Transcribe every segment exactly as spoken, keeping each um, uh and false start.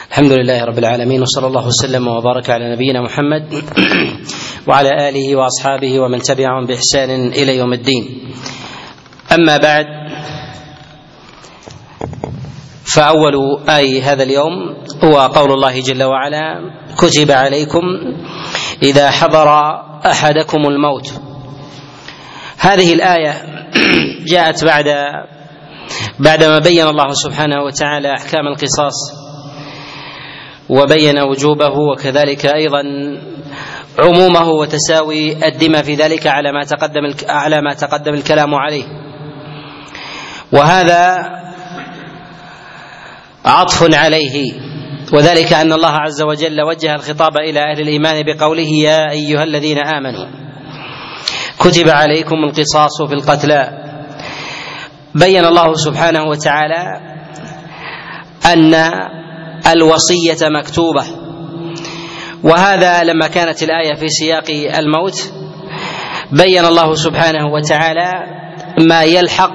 الحمد لله رب العالمين، وصلى الله وسلم وبارك على نبينا محمد وعلى آله وأصحابه ومن تبعهم بإحسان إلى يوم الدين. أما بعد، فأول آي هذا اليوم هو قول الله جل وعلا: كتب عليكم إذا حضر أحدكم الموت. هذه الآية جاءت بعد بعدما بين الله سبحانه وتعالى أحكام القصاص وبين وجوبه، وكذلك أيضا عمومه وتساوي الدماء في ذلك على ما تقدم على ما تقدم الكلام عليه. وهذا عطف عليه، وذلك أن الله عز وجل وجه الخطاب إلى أهل الإيمان بقوله: يا أيها الذين آمنوا كتب عليكم القصاص في القتلى. بين الله سبحانه وتعالى أن الوصية مكتوبة، وهذا لما كانت الآية في سياق الموت بين الله سبحانه وتعالى ما يلحق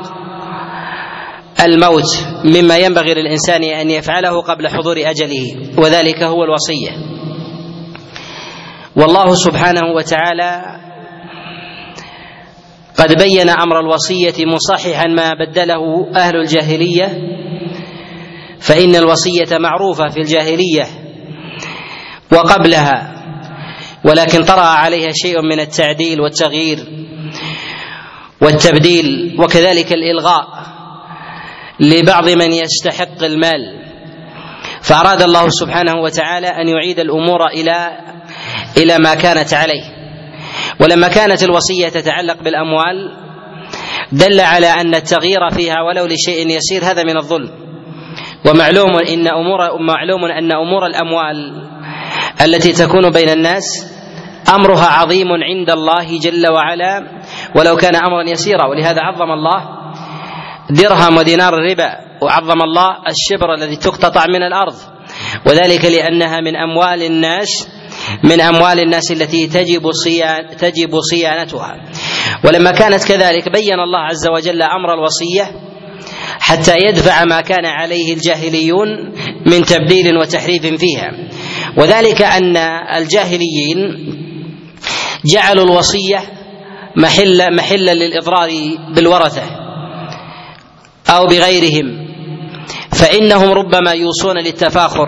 الموت مما ينبغي للإنسان أن يفعله قبل حضور أجله، وذلك هو الوصية. والله سبحانه وتعالى قد بين أمر الوصية مصححا ما بدله أهل الجاهلية، فإن الوصية معروفة في الجاهلية وقبلها، ولكن طرأ عليها شيء من التعديل والتغيير والتبديل، وكذلك الإلغاء لبعض من يستحق المال. فأراد الله سبحانه وتعالى أن يعيد الأمور إلى إلى ما كانت عليه. ولما كانت الوصية تتعلق بالأموال دل على أن التغيير فيها ولو لشيء يسير هذا من الظلم. ومعلوم إن أمور معلوم أن أمور الأموال التي تكون بين الناس أمرها عظيم عند الله جل وعلا ولو كان أمرا يسيرا، ولهذا عظم الله درهم ودينار الربا، وعظم الله الشبر الذي تقتطع من الأرض، وذلك لأنها من أموال الناس من أموال الناس التي تجب صيان تجب صيانتها. ولما كانت كذلك بين الله عز وجل أمر الوصية حتى يدفع ما كان عليه الجاهليون من تبديل وتحريف فيها، وذلك أن الجاهليين جعلوا الوصية محل محلا للإضرار بالورثة أو بغيرهم، فإنهم ربما يوصون للتفاخر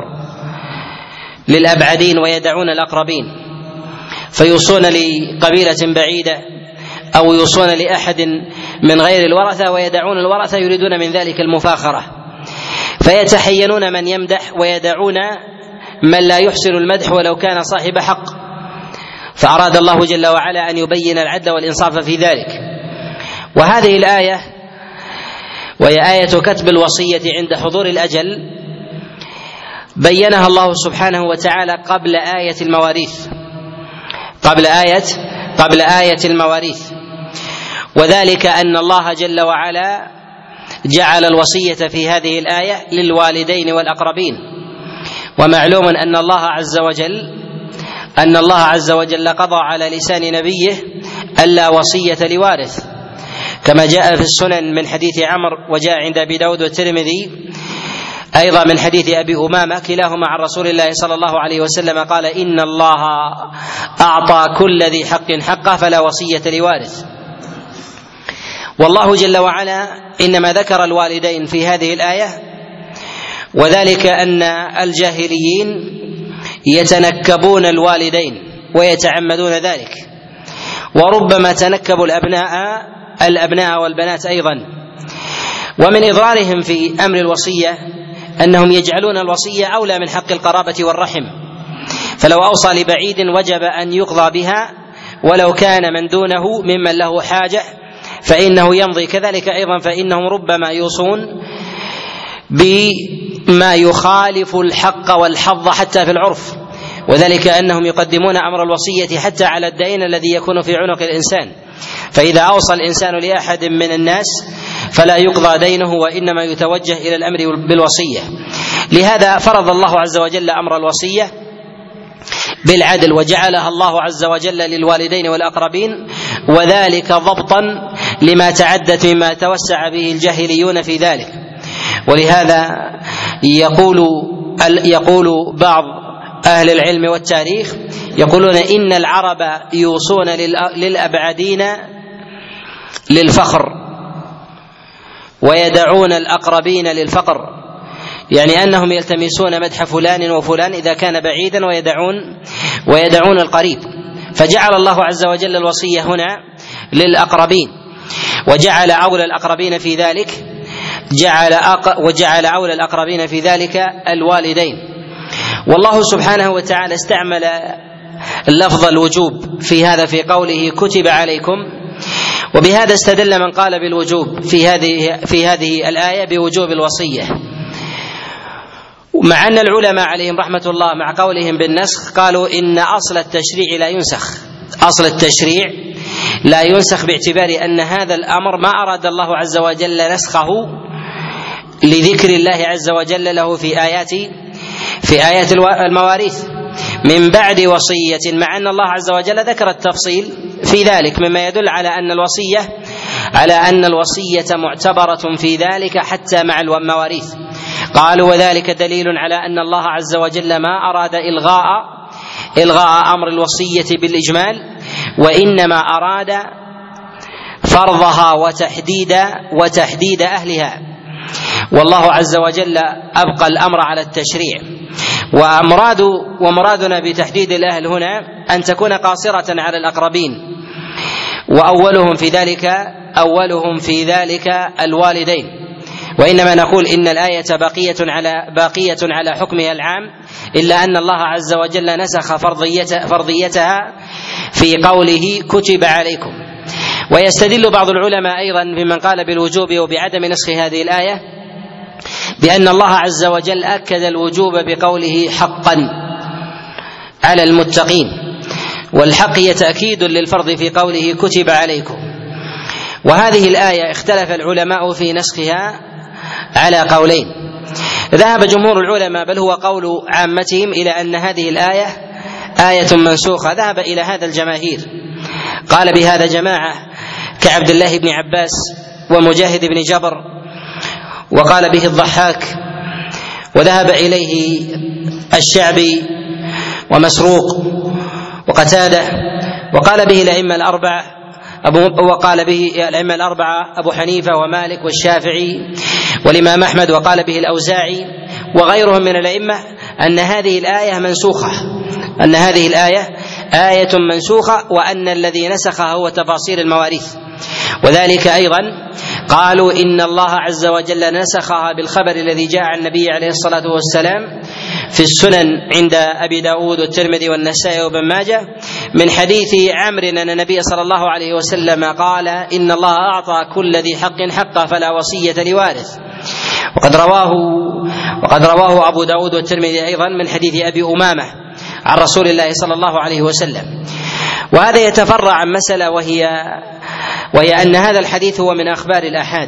للأبعدين ويدعون الأقربين، فيوصون لقبيلة بعيدة أو يوصون لأحد من غير الورثة ويدعون الورثة يريدون من ذلك المفاخرة، فيتحينون من يمدح ويدعون من لا يحسن المدح ولو كان صاحب حق. فأراد الله جل وعلا أن يبين العدل والإنصاف في ذلك. وهذه الآية وهي آية كتب الوصية عند حضور الأجل بينها الله سبحانه وتعالى قبل آية المواريث قبل آية قبل آية المواريث وذلك أن الله جل وعلا جعل الوصية في هذه الآية للوالدين والأقربين. ومعلوم أن الله عز وجل أن الله عز وجل قضى على لسان نبيه ألا وصية لوارث، كما جاء في السنن من حديث عمرو، وجاء عند أبي داود والترمذي أيضا من حديث أبي أمامة كلاهما عن رسول الله صلى الله عليه وسلم قال: إن الله أعطى كل ذي حق حقه فلا وصية لوارث. والله جل وعلا إنما ذكر الوالدين في هذه الآية، وذلك أن الجاهليين يتنكبون الوالدين ويتعمدون ذلك، وربما تنكبوا الأبناء الأبناء والبنات أيضا. ومن إضرارهم في أمر الوصية أنهم يجعلون الوصية أولى من حق القرابة والرحم، فلو أوصى لبعيد وجب أن يقضى بها ولو كان من دونه ممن له حاجة فإنه يمضي. كذلك أيضا فإنهم ربما يوصون بما يخالف الحق والحظ حتى في العرف، وذلك أنهم يقدمون أمر الوصية حتى على الدين الذي يكون في عنق الإنسان، فإذا أوصى الإنسان لأحد من الناس فلا يقضى دينه وإنما يتوجه إلى الأمر بالوصية. لهذا فرض الله عز وجل أمر الوصية بالعدل، وجعلها الله عز وجل للوالدين والأقربين، وذلك ضبطا لما تعدت مما توسع به الجاهليون في ذلك. ولهذا يقول يقول بعض أهل العلم والتاريخ يقولون إن العرب يوصون للأبعدين للفخر ويدعون الأقربين للفقر، يعني أنهم يلتمسون مدح فلان وفلان إذا كان بعيدا ويدعون ويدعون القريب، فجعل الله عز وجل الوصية هنا للأقربين، وجعل أولى الأقربين في ذلك جعل أق وجعل أولى الأقربين في ذلك الوالدين. والله سبحانه وتعالى استعمل لفظ الوجوب في هذا في قوله كتب عليكم، وبهذا استدل من قال بالوجوب في هذه في هذه الآية بوجوب الوصية، مع أن العلماء عليهم رحمة الله مع قولهم بالنسخ قالوا إن أصل التشريع لا ينسخ، أصل التشريع لا ينسخ باعتبار أن هذا الأمر ما أراد الله عز وجل نسخه لذكر الله عز وجل له في آيات في آيات المواريث من بعد وصية، مع أن الله عز وجل ذكر التفصيل في ذلك مما يدل على أن الوصية على أن الوصية معتبرة في ذلك حتى مع المواريث. قالوا وذلك دليل على أن الله عز وجل ما أراد إلغاء إلغاء أمر الوصية بالإجمال، وإنما أراد فرضها وتحديد وتحديد أهلها، والله عز وجل أبقى الأمر على التشريع. ومراد ومرادنا بتحديد الأهل هنا أن تكون قاصرة على الأقربين، وأولهم في ذلك أولهم في ذلك الوالدين، وإنما نقول إن الآية باقية على باقية على حكمها العام، إلا أن الله عز وجل نسخ فرضية فرضيتها في قوله كتب عليكم. ويستدل بعض العلماء أيضا بمن قال بالوجوب وبعدم نسخ هذه الآية بأن الله عز وجل أكد الوجوب بقوله حقا على المتقين، والحق هي تأكيد للفرض في قوله كتب عليكم. وهذه الآية اختلف العلماء في نسخها على قولين، ذهب جمهور العلماء بل هو قول عامتهم إلى أن هذه الآية آية منسوخة، ذهب إلى هذا الجماهير، قال بهذا جماعة كعبد الله بن عباس ومجاهد بن جبر، وقال به الضحاك، وذهب إليه الشعبي ومسروق وقتادة، وقال به الأئمة الأربعة أبو وقال به الأئمة الأربعة أبو حنيفة ومالك والشافعي والإمام أحمد، وقال به الأوزاعي وغيرهم من الأئمة أن هذه الآية منسوخة، أن هذه الآية آية منسوخة، وأن الذي نسخها هو تفاصيل المواريث. وذلك أيضا قالوا إن الله عز وجل نسخها بالخبر الذي جاء عن النبي عليه الصلاة والسلام في السنن عند أبي داود والترمذي والنسائي وابن ماجه من حديث عمرو أن النبي صلى الله عليه وسلم قال إن الله أعطى كل ذي حق حقه فلا وصية لوارث. وقد رواه وقد رواه أبو داود والترمذي أيضا من حديث أبي أمامة عن رسول الله صلى الله عليه وسلم. وهذا يتفرع عن مسألة وهي وهي أن هذا الحديث هو من أخبار الآحاد،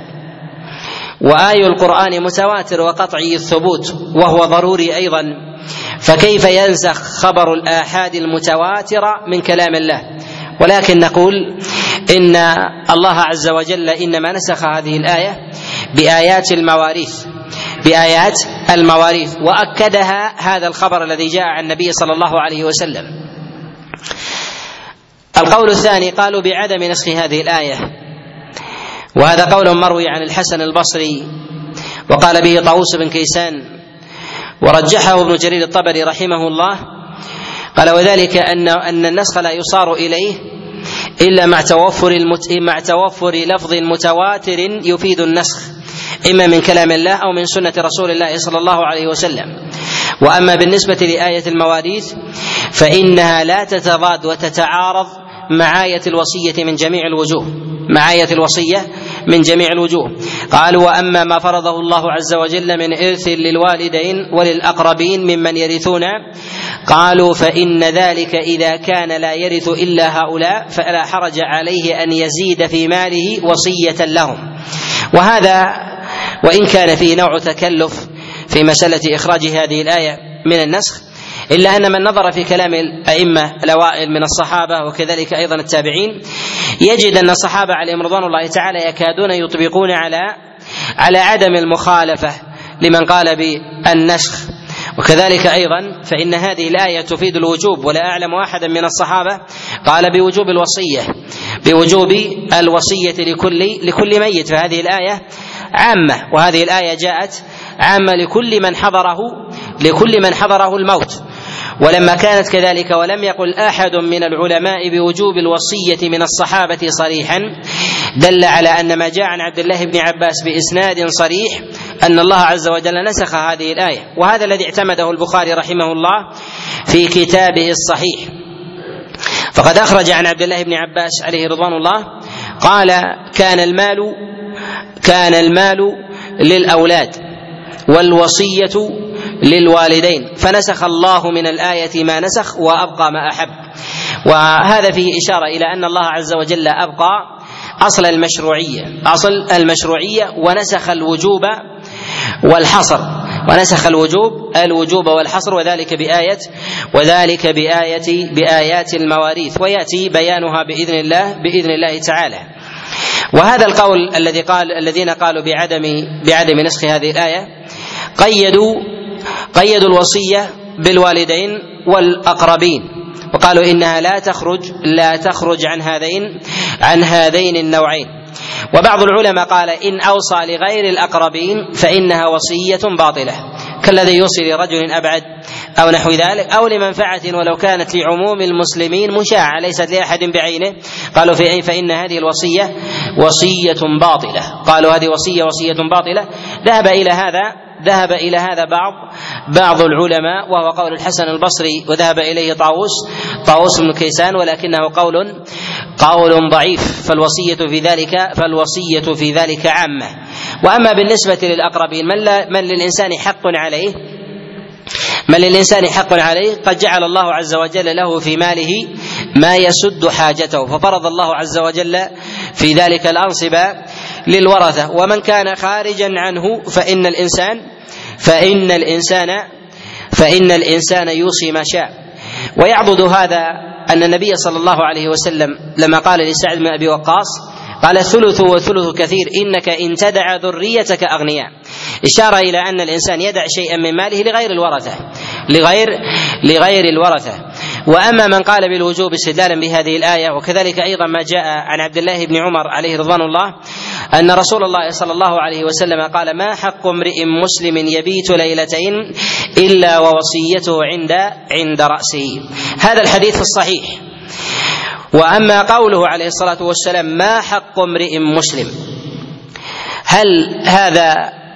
وآي القرآن متواتر وقطعي الثبوت وهو ضروري أيضا، فكيف ينسخ خبر الآحاد المتواتر من كلام الله؟ ولكن نقول إن الله عز وجل إنما نسخ هذه الآية بآيات المواريث بآيات المواريث وأكدها هذا الخبر الذي جاء عن النبي صلى الله عليه وسلم. القول الثاني قالوا بعدم نسخ هذه الآية، وهذا قول مروي عن الحسن البصري وقال به طاووس بن كيسان ورجحه ابن جرير الطبري رحمه الله، قال وذلك أن أن النسخ لا يصار إليه إلا مع توفر المت... مع توفر لفظ متواتر يفيد النسخ، إما من كلام الله أو من سنة رسول الله صلى الله عليه وسلم. وأما بالنسبة لآية المواريث فإنها لا تتضاد وتتعارض مع آية الوصية من جميع الوجوه مع آية الوصية من جميع الوجوه. قالوا وأما ما فرضه الله عز وجل من إرث للوالدين وللأقربين ممن يرثون، قالوا فإن ذلك إذا كان لا يرث إلا هؤلاء فلا حرج عليه أن يزيد في ماله وصية لهم. وهذا وإن كان فيه نوع تكلف في مسألة إخراج هذه الآية من النسخ، إلا أن من نظر في كلام الأئمة الأوائل من الصحابة وكذلك أيضا التابعين يجد أن الصحابة عليهم رضوان الله تعالى يكادون يطبقون على على عدم المخالفة لمن قال بالنسخ، وكذلك أيضا فإن هذه الآية تفيد الوجوب، ولا أعلم أحدا من الصحابة قال بوجوب الوصية بوجوب الوصية لكل لكل ميت، فهذه الآية عامة، وهذه الآية جاءت عامة لكل من حضره لكل من حضره الموت. ولما كانت كذلك ولم يقل أحد من العلماء بوجوب الوصية من الصحابة صريحا، دل على أن ما جاء عن عبد الله بن عباس بإسناد صريح أن الله عز وجل نسخ هذه الآية، وهذا الذي اعتمده البخاري رحمه الله في كتابه الصحيح. فقد أخرج عن عبد الله بن عباس عليه رضوان الله قال: كان المال كان المال للأولاد والوصية للوالدين، فنسخ الله من الآية ما نسخ وأبقى ما أحب. وهذا فيه إشارة إلى أن الله عز وجل أبقى أصل المشروعية أصل المشروعية ونسخ الوجوب والحصر ونسخ الوجوب الوجوب والحصر وذلك بآية وذلك بآية بآيات المواريث، ويأتي بيانها بإذن الله بإذن الله تعالى. وهذا القول الذي قال الذين قالوا بعدم بعدم نسخ هذه الآية قيدوا قيدوا الوصية بالوالدين والأقربين، وقالوا إنها لا تخرج لا تخرج عن هذين عن هذين النوعين. وبعض العلماء قال إن أوصى لغير الأقربين فإنها وصية باطلة، كالذي يوصي لرجل أبعد أو نحو ذلك، أو لمنفعة ولو كانت لعموم المسلمين مشاعة ليست لأحد بعينه، قالوا في فإن هذه الوصية وصية باطلة. قالوا هذه وصية وصية باطلة. ذهب إلى هذا ذهب إلى هذا بعض بعض العلماء، وهو قول الحسن البصري، وذهب إليه طاووس طاووس بن كيسان، ولكنه قول قول ضعيف، فالوصية في ذلك فالوصية في ذلك عامة. وأما بالنسبة للأقربين من, لا من للإنسان حق عليه من للإنسان حق عليه قد جعل الله عز وجل له في ماله ما يسد حاجته، ففرض الله عز وجل في ذلك الأنصب للورثة. ومن كان خارجا عنه فإن الإنسان فإن الإنسان فإن الإنسان يوصي ما شاء. ويعضد هذا أن النبي صلى الله عليه وسلم لما قال لسعد بن أبي وقاص قال: الثلث وثلث كثير إنك إن تدع ذريتك أغنياء، إشارة إلى أن الإنسان يدع شيئا من ماله لغير الورثة لغير لغير الورثة. وأما من قال بالوجوب استدلالا بهذه الآية، وكذلك أيضا ما جاء عن عبد الله بن عمر عليه رضوان الله أن رسول الله صلى الله عليه وسلم قال: ما حق امرئ مسلم يبيت ليلتين إلا ووصيته عند عند رأسه. هذا الحديث في الصحيح. وأما قوله عليه الصلاة والسلام: ما حق امرئ مسلم، هل هذا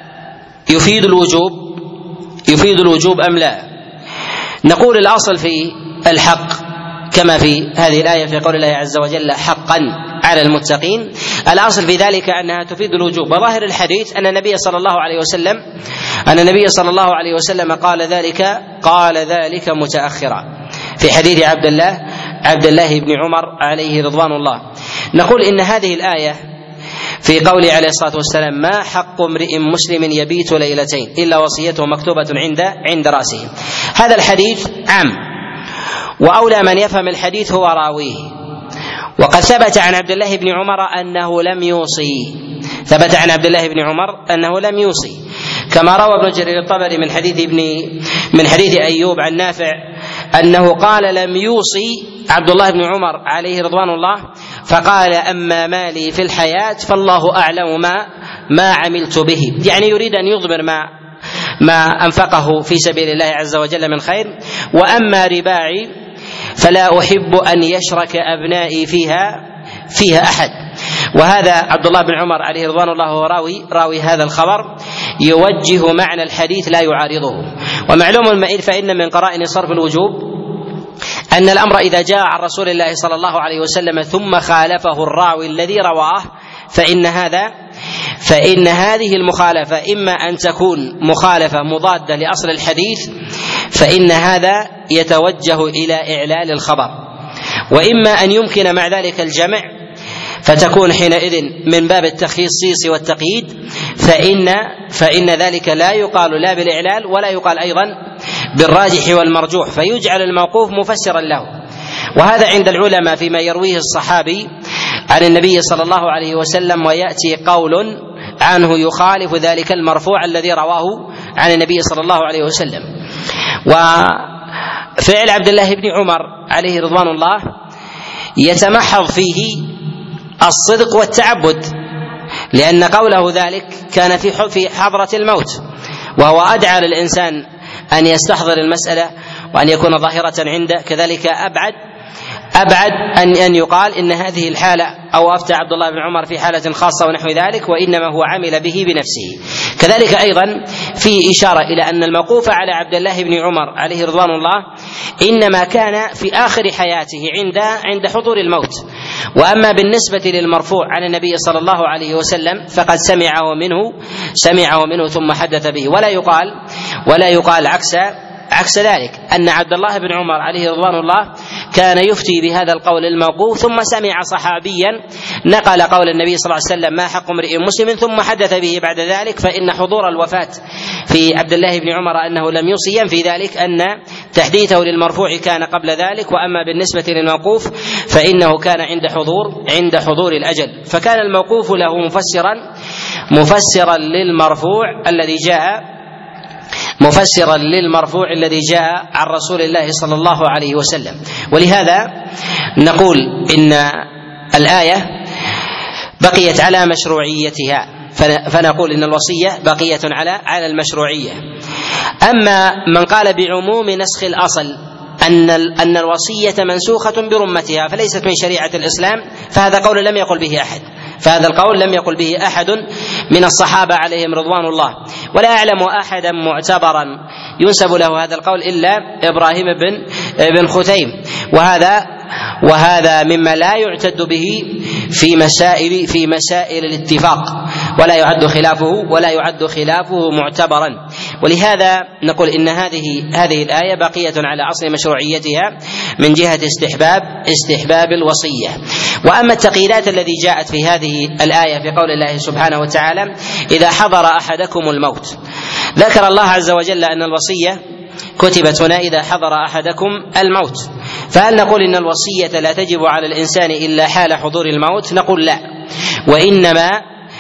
يفيد الوجوب يفيد الوجوب أم لا؟ نقول الأصل في الحق كما في هذه الآية في قول الله عز وجل: حقا على المتقين، الأصل في ذلك أنها تفيد الوجوب. وظاهر الحديث أن النبي صلى الله عليه وسلم أن النبي صلى الله عليه وسلم قال ذلك قال ذلك متأخرا في حديث عبد الله عبد الله بن عمر عليه رضوان الله. نقول إن هذه الآية في قوله عليه الصلاة والسلام: ما حق امرئ مسلم يبيت ليلتين إلا وصيته مكتوبة عند عند رأسه، هذا الحديث عام، وأولى من يفهم الحديث هو راويه. وقد ثبت عن عبد الله بن عمر أنه لم يوصي ثبت عن عبد الله بن عمر أنه لم يوصي كما روى ابن جرير الطبري من حديث ابن من حديث أيوب عن نافع أنه قال: لم يوصي عبد الله بن عمر عليه رضوان الله، فقال: أما مالي في الحياة فالله أعلم ما ما عملت به، يعني يريد أن يضمر ما ما أنفقه في سبيل الله عز وجل من خير. وأما رباعي فلا أحب أن يشرك أبنائي فيها فيها أحد. وهذا عبد الله بن عمر عليه رضوان الله هو راوي راوي هذا الخبر يوجه معنى الحديث لا يعارضه. ومعلوم فإن من قرائن صرف الوجوب أن الأمر إذا جاء عن رسول الله صلى الله عليه وسلم ثم خالفه الراوي الذي رواه فإن هذا فإن هذه المخالفة إما أن تكون مخالفة مضادة لأصل الحديث فإن هذا يتوجه إلى إعلال الخبر، وإما أن يمكن مع ذلك الجمع فتكون حينئذ من باب التخصيص والتقييد، فإن فإن ذلك لا يقال لا بالإعلال ولا يقال أيضا بالراجح والمرجوح، فيجعل الموقوف مفسرا له. وهذا عند العلماء فيما يرويه الصحابي عن النبي صلى الله عليه وسلم، ويأتي قول عنه يخالف ذلك المرفوع الذي رواه عن النبي صلى الله عليه وسلم. وفعل عبد الله بن عمر عليه رضوان الله يتمحض فيه الصدق والتعبد، لأن قوله ذلك كان في حضرة الموت، وهو أدعى للإنسان أن يستحضر المسألة وأن يكون ظاهرة عنده. كذلك أبعد أبعد أن أن يقال إن هذه الحالة أو أفتى عبد الله بن عمر في حالة خاصة ونحو ذلك، وإنما هو عمل به بنفسه. كذلك أيضا في إشارة إلى أن الموقوف على عبد الله بن عمر عليه رضوان الله إنما كان في آخر حياته عند عند حضور الموت، وأما بالنسبة للمرفوع عن النبي صلى الله عليه وسلم فقد سمعه منه سمعه منه ثم حدث به. ولا يقال ولا يقال عكس عكس ذلك، أن عبد الله بن عمر عليه رضوان الله كان يفتي بهذا القول الموقوف ثم سمع صحابيا نقل قول النبي صلى الله عليه وسلم ما حق امرئ مسلم ثم حدث به بعد ذلك، فإن حضور الوفاة في عبد الله بن عمر أنه لم يوصي ينفي ذلك أن تحديثه للمرفوع كان قبل ذلك. وأما بالنسبة للموقوف فإنه كان عند حضور عند حضور الأجل، فكان الموقوف له مفسرا مفسرا للمرفوع الذي جاء مفسرا للمرفوع الذي جاء عن رسول الله صلى الله عليه وسلم. ولهذا نقول إن الآية بقيت على مشروعيتها، فنقول إن الوصية بقية على على المشروعية. أما من قال بعموم نسخ الأصل أن أن الوصية منسوخة برمتها فليست من شريعة الإسلام، فهذا قول لم يقل به أحد فهذا القول لم يقل به أحد من الصحابة عليهم رضوان الله، ولا أعلم أحدا معتبرا ينسب له هذا القول إلا إبراهيم بن بن ختيم، وهذا وهذا مما لا يعتد به في مسائل في مسائل الاتفاق، ولا يعد خلافه ولا يعد خلافه معتبرا. ولهذا نقول إن هذه هذه الآية بقية على أصل مشروعيتها من جهة استحباب استحباب الوصية. وأما التقييدات التي جاءت في هذه الآية في قول الله سبحانه وتعالى إذا حضر أحدكم الموت، ذكر الله عز وجل أن الوصية كتبت هنا إذا حضر أحدكم الموت، فهل نقول إن الوصية لا تجب على الإنسان إلا حال حضور الموت؟ نقول لا، وإنما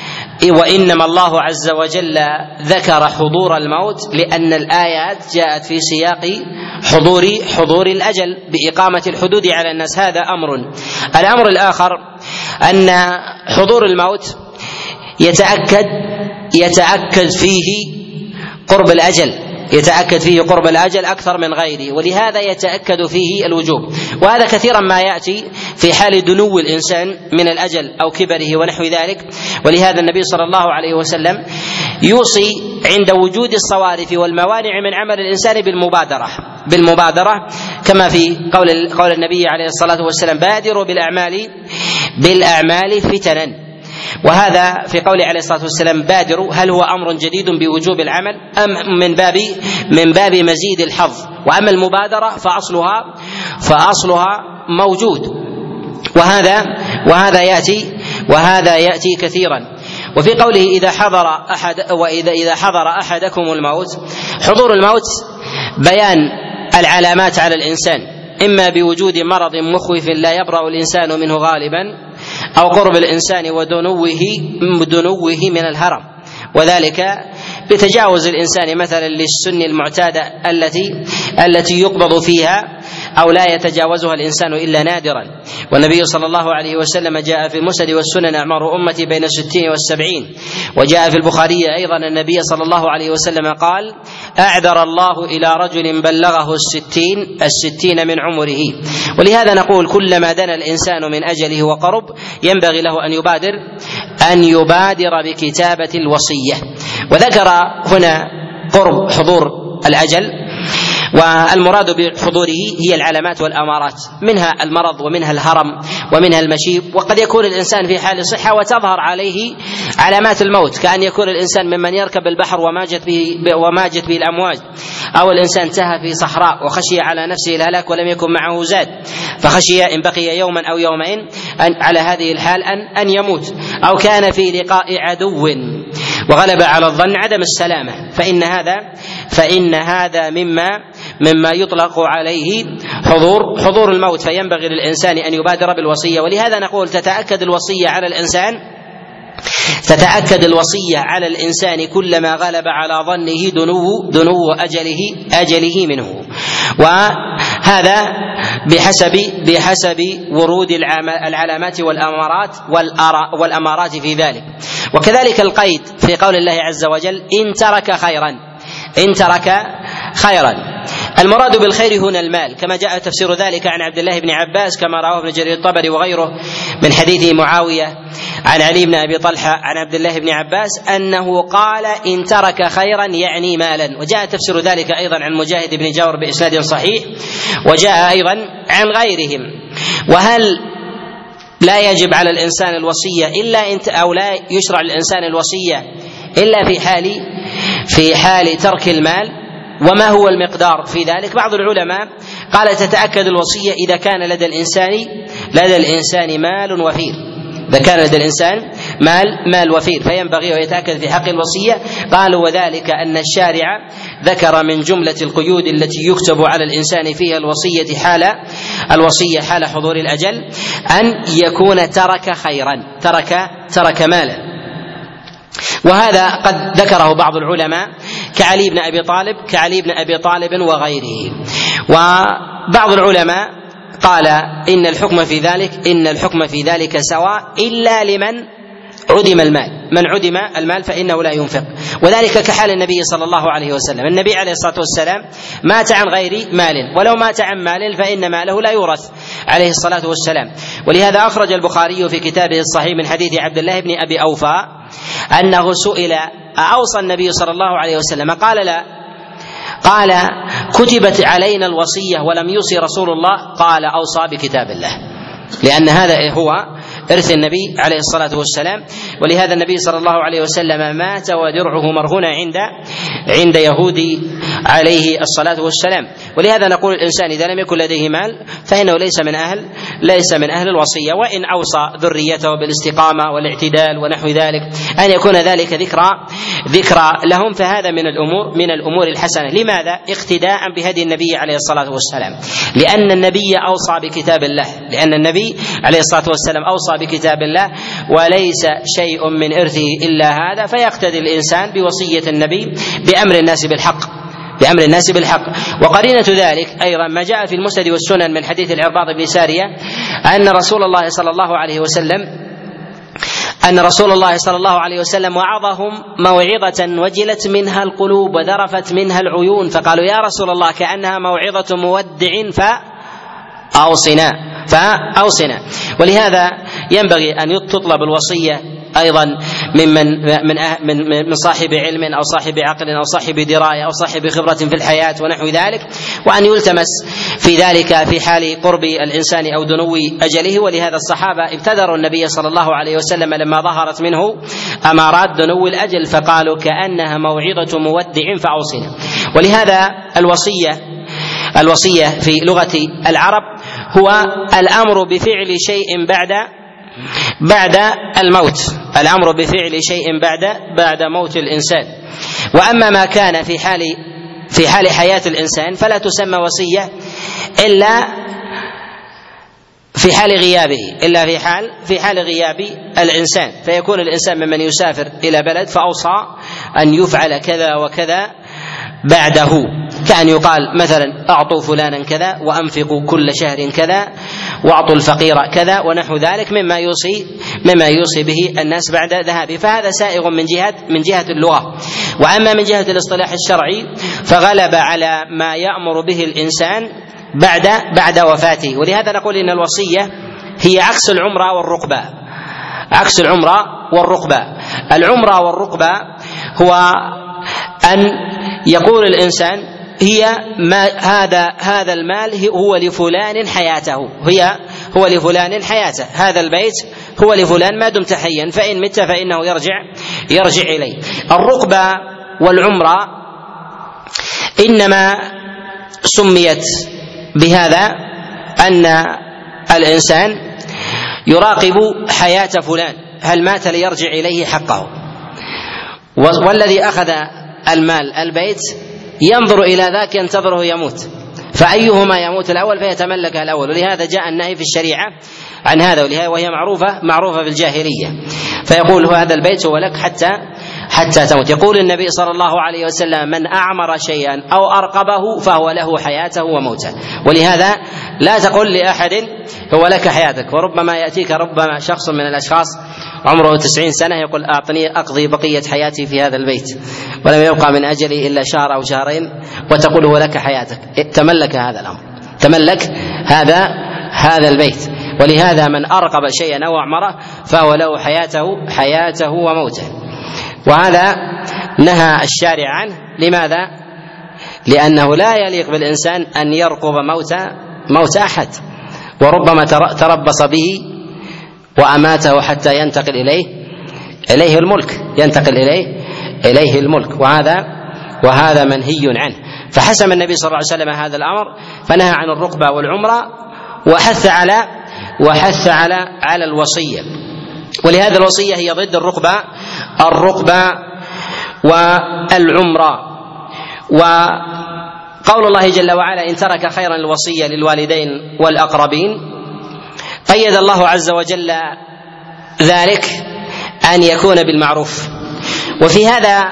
وإنما الله عز وجل ذكر حضور الموت لأن الآيات جاءت في سياق حضور حضور الأجل بإقامة الحدود على الناس، هذا أمر. الأمر الآخر أن حضور الموت يتأكد يتأكد فيه قرب الأجل يتأكد فيه قرب الأجل أكثر من غيره، ولهذا يتأكد فيه الوجوب. وهذا كثيرا ما يأتي في حال دنو الإنسان من الأجل أو كبره ونحو ذلك. ولهذا النبي صلى الله عليه وسلم يوصي عند وجود الصوارف والموانع من عمل الإنسان بالمبادرة بالمبادرة كما في قول قول النبي عليه الصلاة والسلام بادروا بالأعمال بالأعمال فتنا. وهذا في قوله عليه الصلاة والسلام بادروا هل هو أمر جديد بوجوب العمل أم من باب من باب مزيد الحظ؟ وأما المبادرة فأصلها فأصلها موجود، وهذا وهذا يأتي وهذا يأتي كثيرا. وفي قوله إذا حضر أحد وإذا إذا حضر أحدكم الموت، حضور الموت بيان العلامات على الإنسان، إما بوجود مرض مخوف لا يبرأ الإنسان منه غالبا، أو قرب الإنسان ودنوه دنوه من الهرم، وذلك بتجاوز الإنسان مثلا للسن المعتادة التي التي يقبض فيها أو لا يتجاوزها الإنسان إلا نادرا. والنبي صلى الله عليه وسلم جاء في المسند والسنن أعمار أمتي بين الستين والسبعين. وجاء في البخاري أيضا النبي صلى الله عليه وسلم قال أعذر الله إلى رجل بلغه الستين الستين من عمره. ولهذا نقول كلما دنا الإنسان من أجله وقرب ينبغي له أن يبادر أن يبادر بكتابة الوصية. وذكر هنا قرب حضور الأجل، والمراد بحضوره هي العلامات والأمارات، منها المرض ومنها الهرم ومنها المشيب. وقد يكون الإنسان في حال صحة وتظهر عليه علامات الموت، كأن يكون الإنسان ممن يركب البحر وماجت به وماجت به الأمواج، أو الإنسان تاه في صحراء وخشي على نفسه الهلاك ولم يكن معه زاد فخشي إن بقي يوما أو يومين أن على هذه الحال أن أن يموت، أو كان في لقاء عدو وغلب على الظن عدم السلامة، فإن هذا فإن هذا مما مما يطلق عليه حضور حضور الموت، فينبغي للإنسان أن يبادر بالوصية. ولهذا نقول تتأكد الوصية على الإنسان تتأكد الوصية على الإنسان كلما غلب على ظنه دنو دنو أجله أجله منه، وهذا بحسب بحسب ورود العلامات والأمارات والأمارات في ذلك. وكذلك القيد في قول الله عز وجل إن ترك خيرا، إن ترك خيرا. المراد بالخير هنا المال، كما جاء تفسير ذلك عن عبد الله بن عباس كما رواه ابن جرير الطبري وغيره من حديث معاوية عن علي بن أبي طلحة عن عبد الله بن عباس أنه قال إن ترك خيرا يعني مالا. وجاء تفسير ذلك أيضا عن مجاهد بن جور بإسناد صحيح، وجاء أيضا عن غيرهم. وهل لا يجب على الإنسان الوصية إلا انت أو لا يشرع الإنسان الوصية إلا في حال في حال ترك المال؟ وما هو المقدار في ذلك؟ بعض العلماء قال تتأكد الوصية إذا كان لدى الإنسان لدى الإنسان مال وفير، إذا كان لدى الإنسان مال مال وفير فينبغي ويتأكد في حق الوصية. قالوا وذلك أن الشارع ذكر من جملة القيود التي يكتب على الإنسان فيها الوصية حال الوصية حال حضور الأجل أن يكون ترك خيرا، ترك ترك مالا. وهذا قد ذكره بعض العلماء كعلي بن أبي طالب كعلي بن أبي طالب وغيره. وبعض العلماء قال إن الحكم في ذلك إن الحكم في ذلك سواء إلا لمن عدم المال، من عدم المال فإنه لا ينفق، وذلك كحال النبي صلى الله عليه وسلم. النبي عليه الصلاة والسلام مات عن غير مال، ولو مات عن مال فإن ماله لا يورث عليه الصلاة والسلام. ولهذا أخرج البخاري في كتابه الصحيح من حديث عبد الله بن أبي أوفى أنه سئل أوصى النبي صلى الله عليه وسلم؟ قال لا، قال كتبت علينا الوصية ولم يوصي رسول الله؟ قال أوصى بكتاب الله، لأن هذا هو إرث النبي عليه الصلاة والسلام. ولهذا النبي صلى الله عليه وسلم مات ودرعه مرهونة عند عند يهودي عليه الصلاة والسلام. ولهذا نقول الإنسان إذا لم يكن لديه مال فإنه ليس من أهل ليس من أهل الوصية، وإن أوصى ذريته بالاستقامة والاعتدال ونحو ذلك أن يكون ذلك ذكرى ذكرى لهم، فهذا من الأمور من الأمور الحسنة. لماذا؟ اقتداء بهدي النبي عليه الصلاة والسلام، لأن النبي أوصى بكتاب الله، لأن النبي عليه الصلاة والسلام أوصى بكتاب الله وليس شيء من إرثه إلا هذا، فيقتدي الإنسان بوصية النبي بأمر الناس بالحق بأمر الناس بالحق. وقرينة ذلك أيضا ما جاء في المسند والسنن من حديث العرباض بن سارية أن رسول الله صلى الله عليه وسلم أن رسول الله صلى الله عليه وسلم وعظهم موعظة وجلت منها القلوب وذرفت منها العيون، فقالوا يا رسول الله كأنها موعظة مودع فأوصنا فأوصنا. ولهذا ينبغي أن تطلب الوصية أيضا ممن من من من صاحب علم أو صاحب عقل أو صاحب دراية أو صاحب خبرة في الحياة ونحو ذلك، وأن يلتمس في ذلك في حال قرب الإنسان أو دنو أجله. ولهذا الصحابة ابتدروا النبي صلى الله عليه وسلم لما ظهرت منه أمارات دنو الأجل فقالوا كأنها موعظة مودع فأوصنا. ولهذا الوصية الوصية في لغة العرب هو الأمر بفعل شيء بعد بعد الموت، الأمر بفعل شيء بعد بعد موت الإنسان. وأما ما كان في حال في حال حياة الإنسان فلا تسمى وصية إلا في حال غيابه إلا في حال في حال غياب الإنسان، فيكون الإنسان ممن يسافر إلى بلد فأوصى أن يفعل كذا وكذا بعده، كأن يقال مثلا أعطوا فلانا كذا وأنفقوا كل شهر كذا واعطوا الفقير كذا ونحو ذلك مما يوصي مما يوصي به الناس بعد ذهابه. فهذا سائغ من جهة من جهة اللغة. وأما من جهة الاصطلاح الشرعي فغلب على ما يأمر به الإنسان بعد بعد وفاته. ولهذا نقول إن الوصية هي عكس العمرة والرقبة، عكس العمرة والرقبة. العمرة والرقبة هو أن يقول الإنسان هي ما هذا هذا المال هو لفلان حياته، هي هو لفلان حياته، هذا البيت هو لفلان ما دمت حيا، فإن مت فإنه يرجع يرجع إليه. الرقبة والعمرة إنما سميت بهذا أن الإنسان يراقب حياة فلان هل مات ليرجع إليه حقه، والذي أخذ المال البيت ينظر إلى ذاك ينتظره يموت، فأيهما يموت الأول فيتملك الأول. ولهذا جاء النهي في الشريعة عن هذا، وهي معروفة معروفة في الجاهلية. فيقول هذا البيت هو لك حتى حتى تموت. يقول النبي صلى الله عليه وسلم: من أعمر شيئا أو أرقبه فهو له حياته وموته. ولهذا لا تقل لأحد هو لك حياتك. وربما يأتيك ربما شخص من الأشخاص عمره تسعين سنة يقول: أعطني أقضي بقية حياتي في هذا البيت، ولم يبقى من أجلي إلا شهر أو شهرين، وتقول هو لك حياتك. تملك هذا الأمر، تملك هذا هذا البيت. ولهذا من أرقب شيئا أو أعمره فهو له حياته حياته وموته. وهذا نهى الشارع عنه. لماذا؟ لأنه لا يليق بالإنسان أن يرقب موت موت أحد، وربما تربص به وأماته حتى ينتقل إليه إليه الملك ينتقل إليه إليه الملك وهذا وهذا منهي عنه. فحسم النبي صلى الله عليه وسلم هذا الأمر، فنهى عن الرقبة والعمرة، وحث على وحث على على الوصية. ولهذا الوصية هي ضد الرقبة الرقبة والعمرة. وقول الله جل وعلا: إن ترك خيرا الوصية للوالدين والأقربين، قيد الله عز وجل ذلك أن يكون بالمعروف. وفي هذا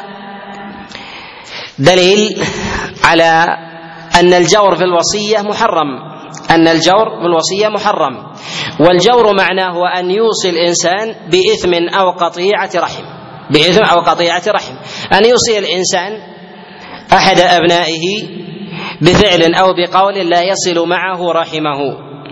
دليل على أن الجور في الوصية محرم أن الجور في الوصية محرم والجور معناه أن يوصي الإنسان بإثم أو قطيعة رحم بإثم أو قطيعة رحم أن يوصي الإنسان أحد أبنائه بفعل أو بقول لا يصل معه رحمه: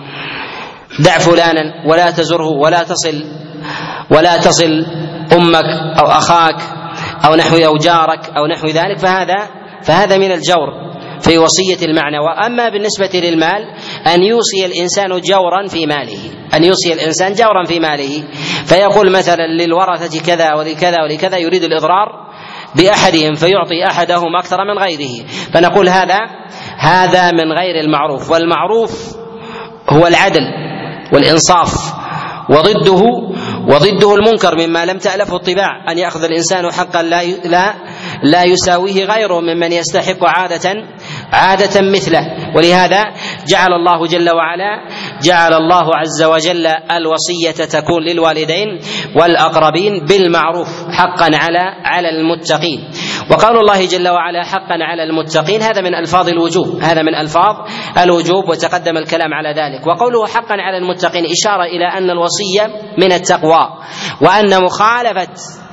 دع فلانا ولا تزره ولا تصل ولا تصل أمك أو أخاك أو نحو أو جارك أو نحو ذلك، فهذا فهذا من الجور في وصية المعنى. وأما بالنسبة للمال أن يوصي الإنسان جورا في ماله أن يوصي الإنسان جورا في ماله فيقول مثلا للورثة كذا ولكذا ولكذا، يريد الإضرار بأحدهم فيعطي أحدهم أكثر من غيره، فنقول هذا هذا من غير المعروف. والمعروف هو العدل والإنصاف، وضده وضده المنكر مما لم تألفه الطباع، أن يأخذ الإنسان حقا لا لا لا يساويه غيره ممن يستحق عادة عادة مثله. ولهذا جعل الله جل وعلا جعل الله عز وجل الوصية تكون للوالدين والأقربين بالمعروف حقا على على المتقين. وقول الله جل وعلا حقا على المتقين هذا من ألفاظ الوجوب هذا من ألفاظ الوجوب وتقدم الكلام على ذلك. وقوله حقا على المتقين إشارة إلى أن الوصية من التقوى، وأن مخالفة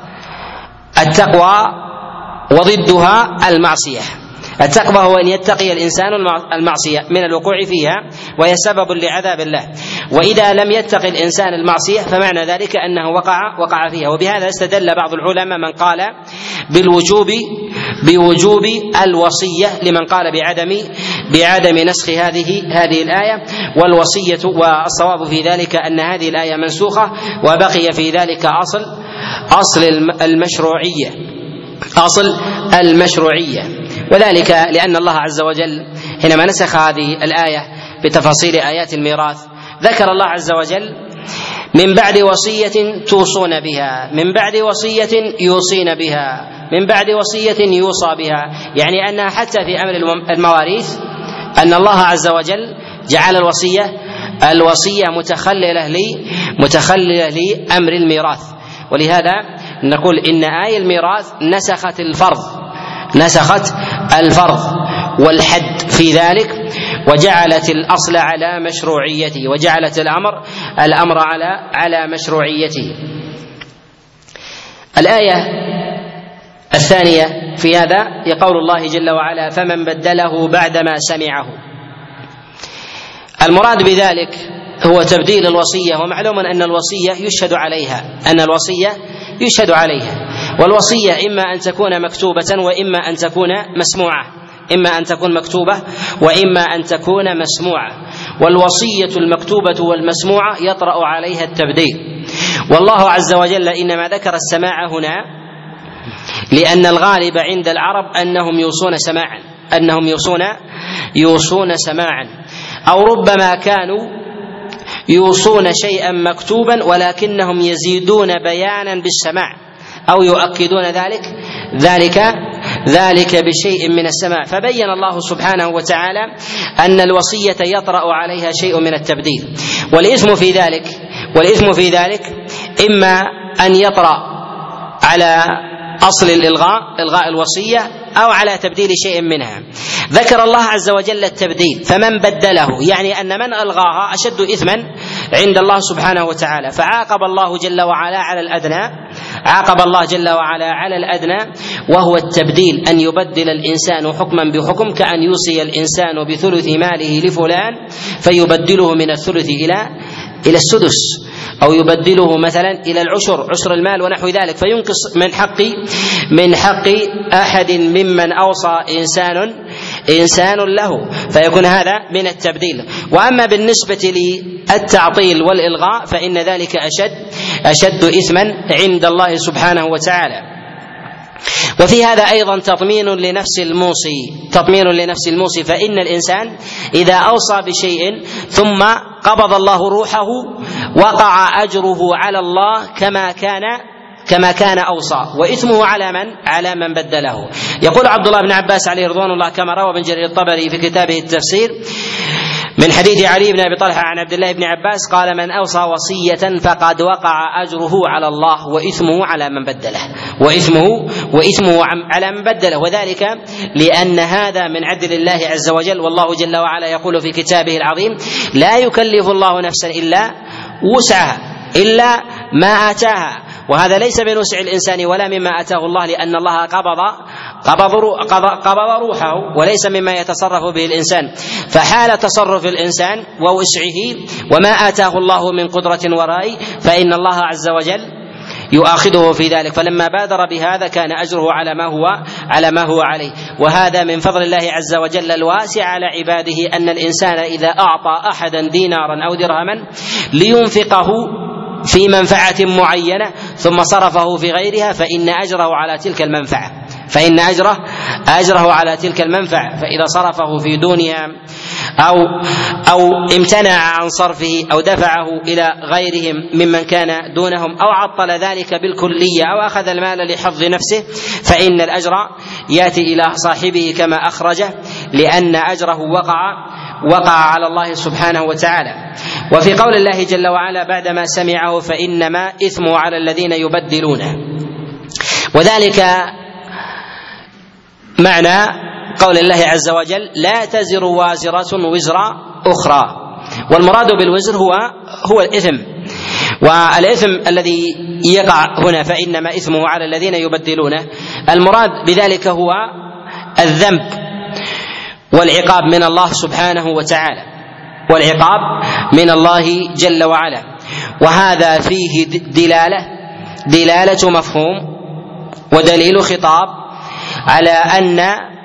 التقوى وضدها المعصية. التقوى هو أن يتقي الإنسان المعصية من الوقوع فيها وهي سبب لعذاب الله، وإذا لم يتقي الإنسان المعصية فمعنى ذلك أنه وقع وقع فيها. وبهذا استدل بعض العلماء من قال بالوجوب بوجوب الوصية لمن قال بعدم بعدم نسخ هذه هذه الآية. والوصية والصواب في ذلك أن هذه الآية منسوخة وبقي في ذلك أصل أصل المشروعية أصل المشروعية وذلك لأن الله عز وجل حينما نسخ هذه الآية بتفاصيل آيات الميراث ذكر الله عز وجل من بعد وصية توصون بها من بعد وصية يوصين بها من بعد وصية يوصى بها، يعني أنها حتى في أمر المواريث أن الله عز وجل جعل الوصية الوصية متخللة لي متخللة لأمر الميراث. ولهذا نقول إن آية الميراث نسخت الفرض نسخت الفرض والحد في ذلك، وجعلت الأصل على مشروعيته وجعلت الأمر الأمر على على مشروعيته. الآية الثانية في هذا هي قول الله جل وعلا: فمن بدله بعدما سمعه. المراد بذلك هو تبديل الوصية. ومعلوم أن الوصية يشهد عليها أن الوصية يشهد عليها والوصية إما أن تكون مكتوبة وإما أن تكون مسموعة إما أن تكون مكتوبة وإما أن تكون مسموعة. والوصية المكتوبة والمسموعة يطرأ عليها التبديل. والله عز وجل إنما ذكر السماع هنا لأن الغالب عند العرب أنهم يوصون سماعا أنهم يوصون يوصون سماعا أو ربما كانوا يوصون شيئا مكتوبا ولكنهم يزيدون بيانا بالسماع أو يؤكدون ذلك ذلك ذلك بشيء من السماع. فبين الله سبحانه وتعالى أن الوصية يطرأ عليها شيء من التبديل. والإثم في ذلك والإثم في ذلك إما أن يطرأ على أصل الإلغاء إلغاء الوصية أو على تبديل شيء منها. ذكر الله عز وجل التبديل، فمن بدله يعني أن من ألغاها أشد إثما عند الله سبحانه وتعالى، فعاقب الله جل وعلا على الأدنى عاقب الله جل وعلا على الأدنى وهو التبديل، أن يبدل الإنسان حكما بحكم، كأن يوصي الإنسان بثلث ماله لفلان فيبدله من الثلث إلى إلى السدس، أو يبدله مثلا إلى العشر عشر المال ونحو ذلك، فينقص من حق من حق أحد ممن أوصى إنسان إنسان له، فيكون هذا من التبديل. وأما بالنسبة للتعطيل والإلغاء فإن ذلك أشد أشد إثما عند الله سبحانه وتعالى. وفي هذا أيضا تطمين لنفس الموصي تطمين لنفس الموصي فإن الإنسان إذا أوصى بشيء ثم قبض الله روحه وقع أجره على الله كما كان كما كان أوصى، وإثمه على من؟ على من بدله. يقول عبد الله بن عباس عليه رضوان الله كما روى ابن جرير الطبري في كتابه التفسير من حديث علي بن أبي طلحة عن عبد الله بن عباس قال: من أوصى وصية فقد وقع أجره على الله وإثمه على من بدله وإثمه وإثمه على من بدله، وذلك لأن هذا من عدل الله عز وجل. والله جل وعلا يقول في كتابه العظيم: لا يكلف الله نفسا إلا وسعها إلا ما آتاها، وهذا ليس من وسع الإنسان ولا مما آتاه الله، لأن الله قبض قبض قبض روحه وليس مما يتصرف به الإنسان، فحال تصرف الإنسان ووسعه وما آتاه الله من قدرة ورأي فإن الله عز وجل يؤاخذه في ذلك، فلما بادر بهذا كان أجره على ما هو على ما هو عليه. وهذا من فضل الله عز وجل الواسع على عباده، أن الإنسان إذا أعطى أحدا دينارا أو درهما لينفقه في منفعة معينة ثم صرفه في غيرها فإن أجره على تلك المنفعة فإن أجره أجره على تلك المنفعة فإذا صرفه في دنيا أو أو امتنع عن صرفه أو دفعه إلى غيرهم ممن كان دونهم أو عطل ذلك بالكلية أو أخذ المال لحظ نفسه فإن الأجر يأتي إلى صاحبه كما أخرجه، لأن أجره وقع وقع على الله سبحانه وتعالى. وفي قول الله جل وعلا بعدما سمعه: فإنما إثمه على الذين يبدلونه، وذلك معنى قول الله عز وجل: لا تزر وازرة وزر أخرى. والمراد بالوزر هو هو الإثم، والإثم الذي يقع هنا فإنما إثمه على الذين يبدلونه، المراد بذلك هو الذنب والعقاب من الله سبحانه وتعالى والعقاب من الله جل وعلا. وهذا فيه دلالة دلالة مفهوم ودليل خطاب على أن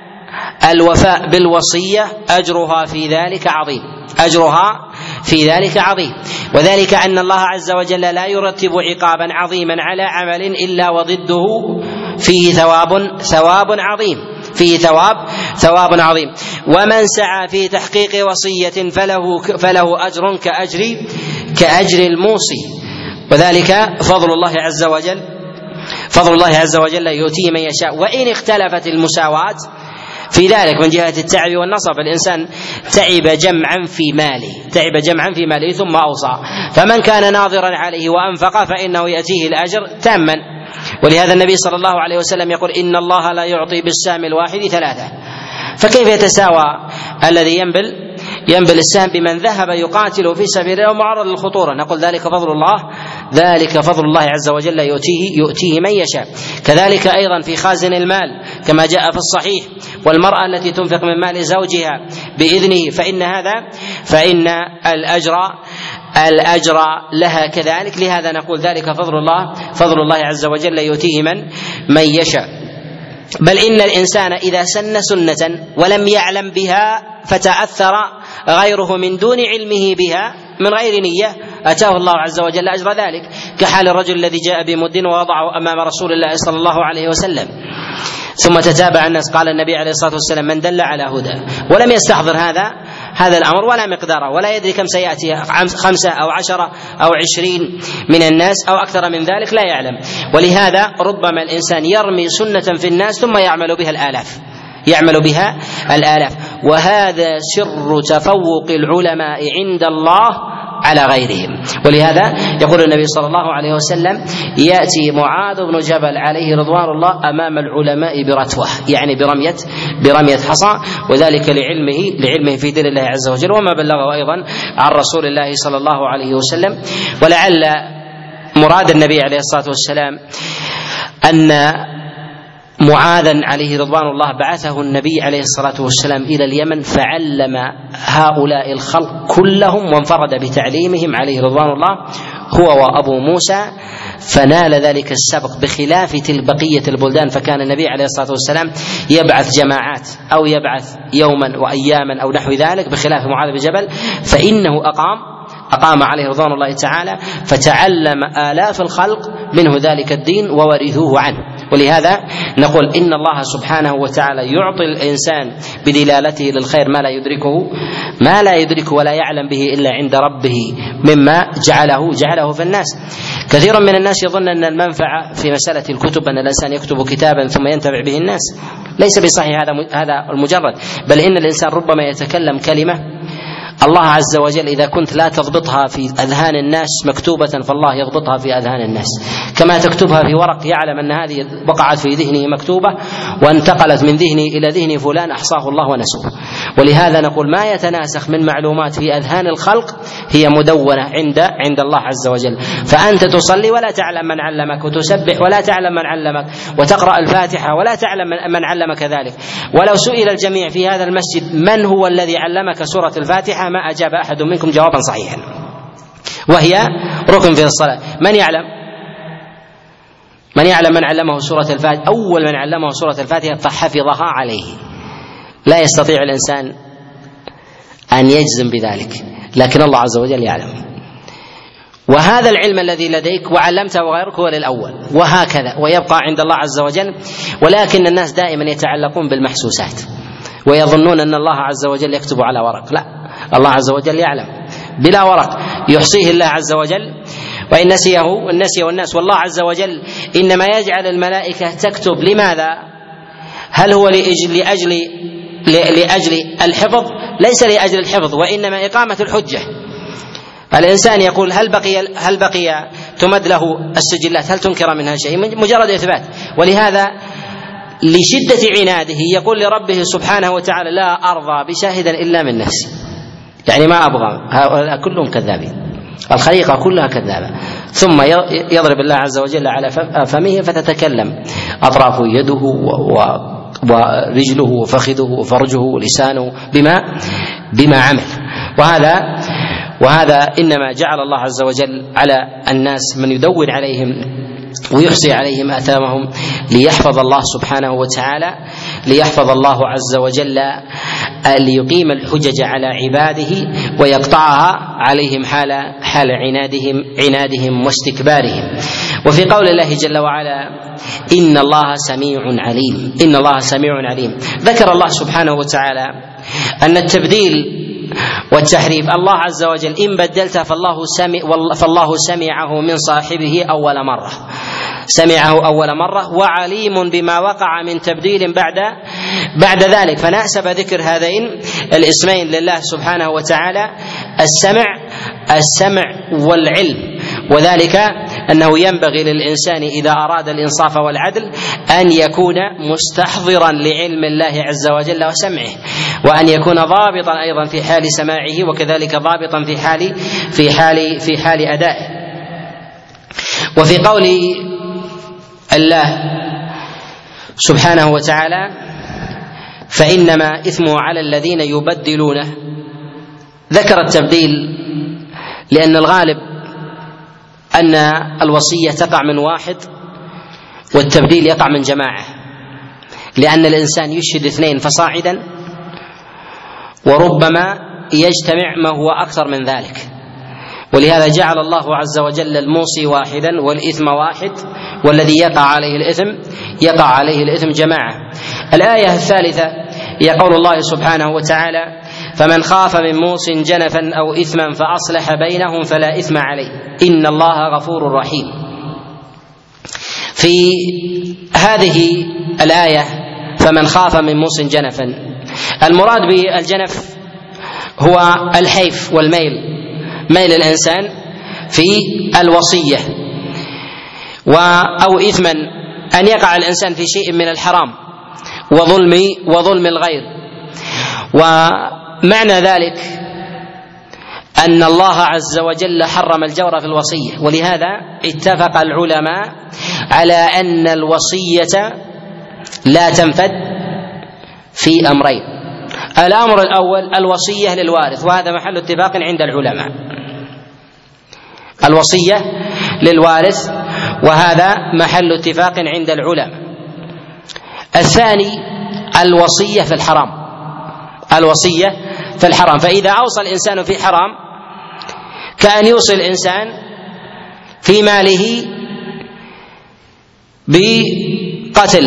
الوفاء بالوصية أجرها في ذلك عظيم أجرها في ذلك عظيم وذلك أن الله عز وجل لا يرتب عقابا عظيما على عمل إلا وضده فيه ثواب ثواب عظيم فيه ثواب ثواب عظيم. ومن سعى في تحقيق وصية فله فله أجر كأجر كأجر الموصي، وذلك فضل الله عز وجل فضل الله عز وجل يؤتيه من يشاء. وإن اختلفت المساواة في ذلك من جهة التعب والنصب، الإنسان تعب جمعا في ماله تعب جمعا في ماله ثم أوصى، فمن كان ناظرا عليه وأنفق فإنه يأتيه الأجر تاما. ولهذا النبي صلى الله عليه وسلم يقول: إن الله لا يعطي بالسهم الواحد ثلاثة. فكيف يتساوى الذي ينبل ينبل السهم بمن ذهب يقاتل في سبيل الله معرض للخطورة؟ نقول ذلك فضل الله ذلك فضل الله عز وجل يؤتيه يؤتيه من يشاء. كذلك أيضا في خازن المال كما جاء في الصحيح: والمرأة التي تنفق من مال زوجها بإذنه فإن هذا فإن الأجر الأجر لها كذلك. لهذا نقول ذلك فضل الله فضل الله عز وجل يؤتيه من من يشاء. بل إن الإنسان إذا سن سنة ولم يعلم بها فتأثر غيره من دون علمه بها من غير نية أتاه الله عز وجل أجر ذلك، كحال الرجل الذي جاء بمد ووضعه أمام رسول الله صلى الله عليه وسلم ثم تتابع الناس، قال النبي عليه الصلاة والسلام: من دل على هدى، ولم يستحضر هذا هذا الأمر ولا مقداره ولا يدري كم سيأتي، خمسة أو عشرة أو عشرين من الناس أو أكثر من ذلك لا يعلم. ولهذا ربما الإنسان يرمي سنة في الناس ثم يعمل بها الآلاف يعمل بها الآلاف وهذا سر تفوق العلماء عند الله على غيرهم. ولهذا يقول النبي صلى الله عليه وسلم: يأتي معاذ بن جبل عليه رضوان الله أمام العلماء برتوة، يعني برمية برمية حصى، وذلك لعلمه لعلمه في دين الله عز وجل وما بلغه أيضا عن رسول الله صلى الله عليه وسلم. ولعل مراد النبي عليه الصلاة والسلام أن معاذا عليه رضوان الله بعثه النبي عليه الصلاة والسلام إلى اليمن فعلم هؤلاء الخلق كلهم وانفرد بتعليمهم عليه رضوان الله هو وأبو موسى، فنال ذلك السبق بخلاف بقية البلدان. فكان النبي عليه الصلاة والسلام يبعث جماعات أو يبعث يوما وأياما أو نحو ذلك، بخلاف معاذ بن جبل فإنه أقام أقام عليه رضوان الله تعالى فتعلم آلاف الخلق منه ذلك الدين وورثوه عنه. ولهذا نقول إن الله سبحانه وتعالى يعطي الإنسان بدلالته للخير ما لا يدركه ما لا يدركه ولا يعلم به إلا عند ربه مما جعله جعله في الناس. كثير من الناس يظن أن المنفعة في مسألة الكتب أن الإنسان يكتب كتابا ثم ينتفع به الناس، ليس بصحيح هذا هذا المجرد، بل إن الإنسان ربما يتكلم كلمة الله عز وجل إذا كنت لا تضبطها في أذهان الناس مكتوبة فالله يضبطها في أذهان الناس، كما تكتبها في ورق يعلم أن هذه وقعت في ذهنه مكتوبة وانتقلت من ذهني إلى ذهن فلان أحصاه الله ونسوه. ولهذا نقول ما يتناسخ من معلومات في أذهان الخلق هي مدونة عند عند الله عز وجل. فأنت تصلي ولا تعلم من علمك، وتسبح ولا تعلم من علمك، وتقرأ الفاتحة ولا تعلم من علمك ذلك. ولو سئل الجميع في هذا المسجد من هو الذي علمك سورة الفاتحة ما أجاب أحد منكم جوابا صحيحا، وهي ركن في الصلاة. من يعلم من يعلم من علمه سورة الفاتحة؟ أول من علمه سورة الفاتحة فحفظها عليه. لا يستطيع الإنسان أن يجزم بذلك، لكن الله عز وجل يعلم. وهذا العلم الذي لديك وعلمته غيرك هو للأول، وهكذا ويبقى عند الله عز وجل. ولكن الناس دائما يتعلقون بالمحسوسات ويظنون أن الله عز وجل يكتب على ورق. لا، الله عز وجل يعلم بلا ورق، يحصيه الله عز وجل، وإن نسيه النسي والناس. والله عز وجل إنما يجعل الملائكة تكتب. لماذا؟ هل هو لأجل, لأجل, لأجل الحفظ؟ ليس لأجل الحفظ، وإنما إقامة الحجة. الإنسان يقول هل بقي هل بقي تمد له السجلات، هل تنكر منها شيء؟ مجرد إثبات. ولهذا لشدة عناده يقول لربه سبحانه وتعالى: لا أرضى بشاهدا إلا من نفسي، يعني ما أبغى، هؤلاء كلهم كذابين، الخليقة كلها كذابة. ثم يضرب الله عز وجل على فمه فتتكلم أطراف يده ورجله وفخذه وفرجه ولسانه بما بما عمل. وهذا وهذا إنما جعل الله عز وجل على الناس من يدون عليهم ويحصي عليهم آثامهم ليحفظ الله سبحانه وتعالى ليحفظ الله عز وجل ليقيم الحجج على عباده ويقطعها عليهم حال حال عنادهم عنادهم واستكبارهم. وفي قول الله جل وعلا: إن الله سميع عليم، إن الله سميع عليم، ذكر الله سبحانه وتعالى أن التبديل والتحريف الله عز وجل إن بدلت فالله سمع فالله سمعه من صاحبه أول مرة سمعه أول مرة وعليم بما وقع من تبديل بعد بعد ذلك. فناسب ذكر هذين الاسمين لله سبحانه وتعالى السمع السمع والعلم، وذلك أنه ينبغي للإنسان إذا أراد الإنصاف والعدل أن يكون مستحضرا لعلم الله عز وجل وسمعه، وأن يكون ضابطا أيضا في حال سماعه، وكذلك ضابطا في حال في حال في حال أدائه. وفي قول الله سبحانه وتعالى: فإنما إثمه على الذين يبدلونه، ذكر التبديل لأن الغالب أن الوصية تقع من واحد والتبديل يقع من جماعة، لأن الإنسان يشهد اثنين فصاعدا، وربما يجتمع ما هو أكثر من ذلك. ولهذا جعل الله عز وجل الموصي واحدا والإثم واحد، والذي يقع عليه الإثم يقع عليه الإثم جماعة. الآية الثالثة هي قول الله سبحانه وتعالى: فمن خاف من موص جنفا أو إثما فأصلح بينهم فلا إثم عليه إن الله غفور رحيم. في هذه الآية فمن خاف من موص جنفا، المراد بالجنف هو الحيف والميل ميل الإنسان في الوصية، أو إثما أن يقع الإنسان في شيء من الحرام وظلم وظلم الغير. ومعنى ذلك أن الله عز وجل حرم الجور في الوصية، ولهذا اتفق العلماء على أن الوصية لا تنفذ في أمرين. الأمر الأول الوصية للوارث، وهذا محل اتفاق عند العلماء، الوصية للوارث وهذا محل اتفاق عند العلماء. الثاني الوصية في الحرام، الوصية في الحرام، فإذا أوصى الإنسان في حرام كأن يوصي الإنسان في ماله بقتل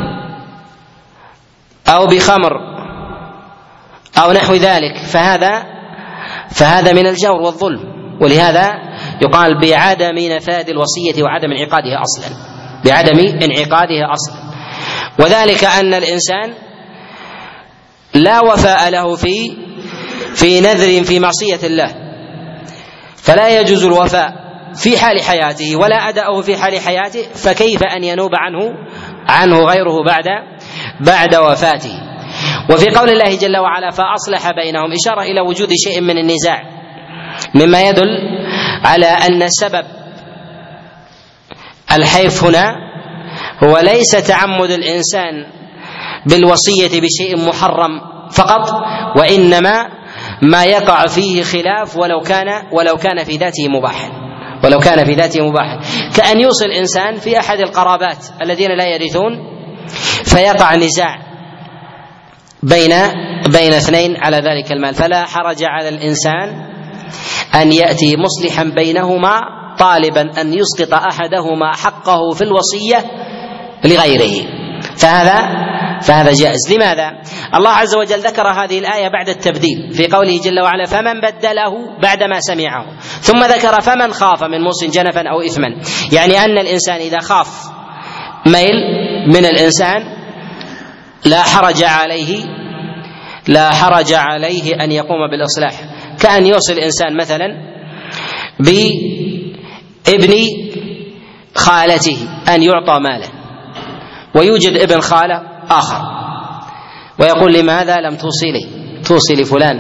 أو بخمر أو نحو ذلك، فهذا فهذا من الجور والظلم، ولهذا يقال بعدم نفاذ الوصية وعدم انعقادها أصلا، بعدم انعقادها أصلا. وذلك أن الإنسان لا وفاء له في في نذر في معصية الله، فلا يجوز الوفاء في حال حياته ولا أداؤه في حال حياته، فكيف أن ينوب عنه عنه غيره بعد بعد وفاته. وفي قول الله جل وعلا فأصلح بينهم إشارة إلى وجود شيء من النزاع، مما يدل على أن سبب الحيف هنا هو ليس تعمد الإنسان بالوصية بشيء محرم فقط، وإنما ما يقع فيه خلاف ولو كان ولو كان في ذاته مباحا، ولو كان في ذاته مباحا، كأن يوصي الإنسان في أحد القرابات الذين لا يرثون فيقع نزاع بين بين اثنين على ذلك المال، فلا حرج على الإنسان أن يأتي مصلحا بينهما طالبا أن يسقط أحدهما حقه في الوصية لغيره، فهذا فهذا جائز. لماذا؟ الله عز وجل ذكر هذه الآية بعد التبديل في قوله جل وعلا فمن بدله بعدما سمعه، ثم ذكر فمن خاف من موص جنفا أو إثما، يعني أن الإنسان إذا خاف ميل من الإنسان لا حرج عليه لا حرج عليه أن يقوم بالإصلاح، كأن يوصي الإنسان مثلا بابن خالته أن يعطى مالا، ويوجد ابن خالة آخر ويقول لماذا لم توصي لي؟ توصي لفلان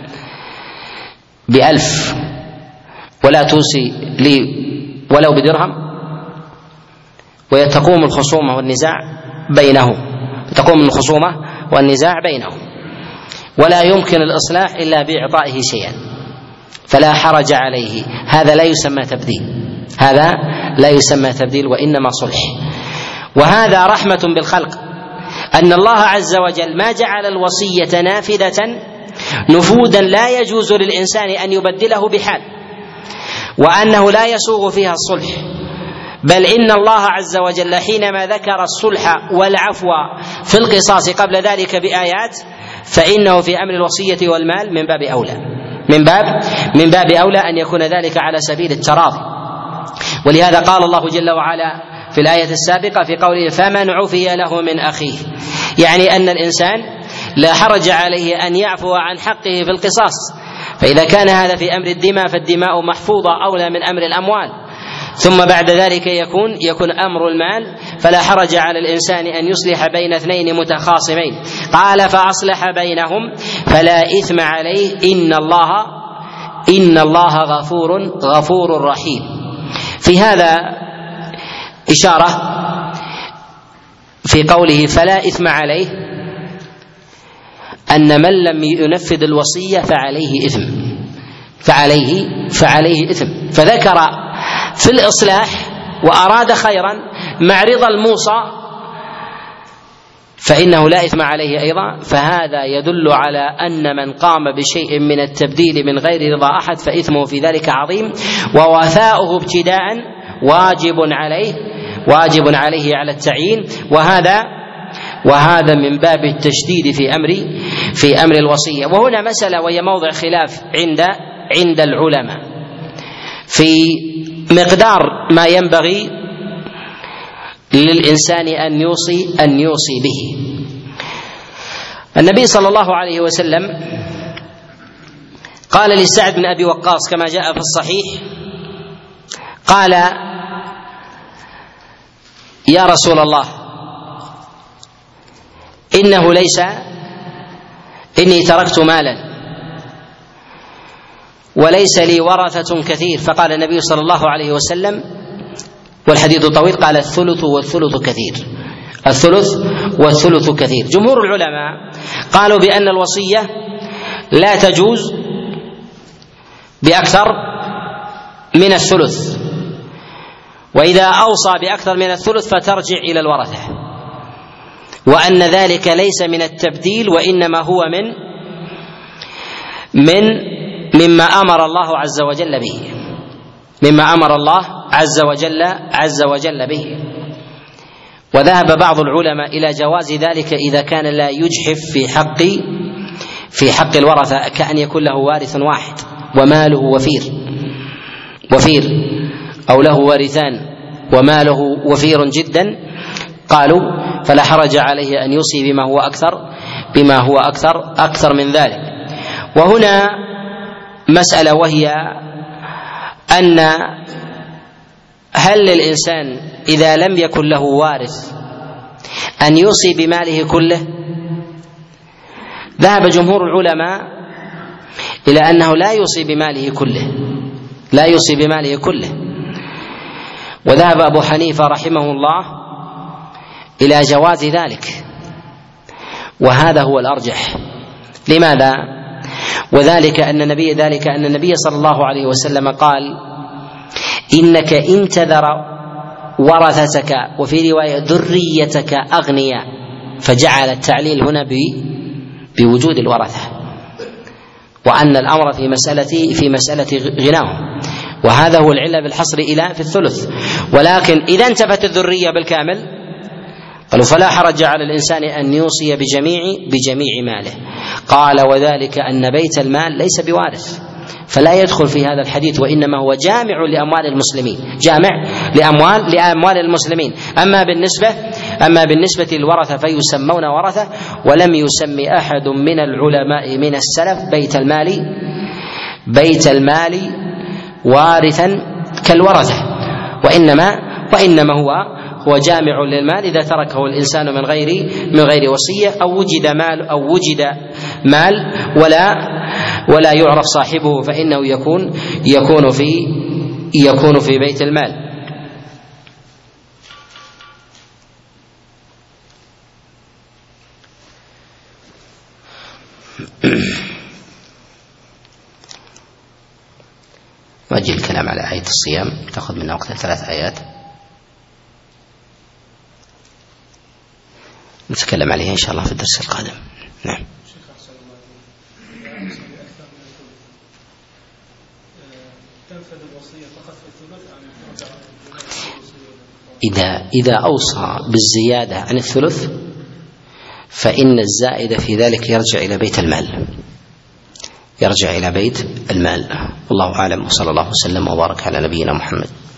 بألف ولا توصي لي ولو بدرهم، وتقوم الخصومة والنزاع بينهم تقوم الخصومة والنزاع بينهم ولا يمكن الإصلاح إلا بإعطائه شيئا، فلا حرج عليه. هذا لا يسمى تبديل، هذا لا يسمى تبديل وإنما صلح. وهذا رحمة بالخلق، أن الله عز وجل ما جعل الوصية نافذة نفوذا لا يجوز للإنسان أن يبدله بحال، وأنه لا يسوغ فيها الصلح، بل إن الله عز وجل حينما ذكر الصلح والعفو في القصاص قبل ذلك بآيات، فإنه في أمر الوصية والمال من باب أولى من باب من باب أولى أن يكون ذلك على سبيل التراضي. ولهذا قال الله جل وعلا في الآية السابقة في قوله فمن عفي له من أخيه، يعني أن الإنسان لا حرج عليه أن يعفو عن حقه في القصاص، فإذا كان هذا في أمر الدماء فالدماء محفوظة أولى من أمر الأموال، ثم بعد ذلك يكون يكون أمر المال، فلا حرج على الإنسان أن يصلح بين اثنين متخاصمين. قال فأصلح بينهم فلا إثم عليه إن الله إن الله غفور غفور رحيم. في هذا إشارة في قوله فلا إثم عليه أن من لم ينفذ الوصية فعليه إثم فعليه فعليه إثم فذكر في الإصلاح وأراد خيرا مع رضا الموصى فإنه لا إثم عليه أيضا، فهذا يدل على أن من قام بشيء من التبديل من غير رضا أحد فإثمه في ذلك عظيم، ووفاؤه ابتداء واجب عليه واجب عليه على التعيين، وهذا وهذا من باب التشديد في أمر في أمر الوصية. وهنا مسألة وهي موضع خلاف عند عند العلماء في مقدار ما ينبغي للإنسان أن يوصي أن يوصي به. النبي صلى الله عليه وسلم قال لسعد بن أبي وقاص كما جاء في الصحيح، قال: يا رسول الله، إنه ليس إني تركت مالا وليس لي ورثة كثير. فقال النبي صلى الله عليه وسلم، والحديث طويل، قال: الثلث والثلث كثير، الثلث والثلث كثير. جمهور العلماء قالوا بأن الوصية لا تجوز بأكثر من الثلث، وإذا أوصى بأكثر من الثلث فترجع إلى الورثة، وأن ذلك ليس من التبديل، وإنما هو من من مما أمر الله عز وجل به، مما أمر الله عز وجل عز وجل به. وذهب بعض العلماء إلى جواز ذلك إذا كان لا يجحف في حق في حق الورثة، كأن يكون له وارث واحد وماله وفير وفير أو له وارثان وماله وفير جدا، قالوا فلا حرج عليه أن يوصي بما هو أكثر بما هو أكثر أكثر من ذلك. وهنا مسألة، وهي أن هل للإنسان إذا لم يكن له وارث أن يوصي بماله كله؟ ذهب جمهور العلماء إلى أنه لا يوصي بماله كله، لا يوصي بماله كله. وذهب أبو حنيفة رحمه الله إلى جواز ذلك، وهذا هو الأرجح. لماذا؟ وذلك أن النبي ذلك أن النبي صلى الله عليه وسلم قال: إنك إن تذر ورثتك، وفي رواية ذريتك، أغنياء، فجعل التعليل هنا بوجود الورثة، وأن الأمر في مسألة في مسألة غناهم، وهذا هو العلة بالحصر إلى في الثلث. ولكن إذا انتفت الذرية بالكامل قالوا فلا حرج على الإنسان أن يوصي بجميع بجميع ماله. قال: وذلك أن بيت المال ليس بوارث، فلا يدخل في هذا الحديث، وإنما هو جامع لأموال المسلمين، جامع لأموال لأموال المسلمين. أما بالنسبة أما بالنسبة للورثة فيسمون ورثة، ولم يسمي أحد من العلماء من السلف بيت المال بيت المال وارثا كالورثة، وإنما وإنما هو هو جامع للمال إذا تركه الإنسان من غير من غير وصية، أو وجد مال أو وجد مال ولا ولا يعرف صاحبه، فإنه يكون يكون في يكون في بيت المال. واجي الكلام على آية الصيام، تأخذ منا وقت ثلاث آيات نتكلم عليها إن شاء الله في الدرس القادم. نعم. إذا إذا أوصى بالزيادة عن الثلث فإن الزائد في ذلك يرجع إلى بيت المال، يرجع إلى بيت المال. والله أعلم، وصلى الله وسلم وبارك على نبينا محمد.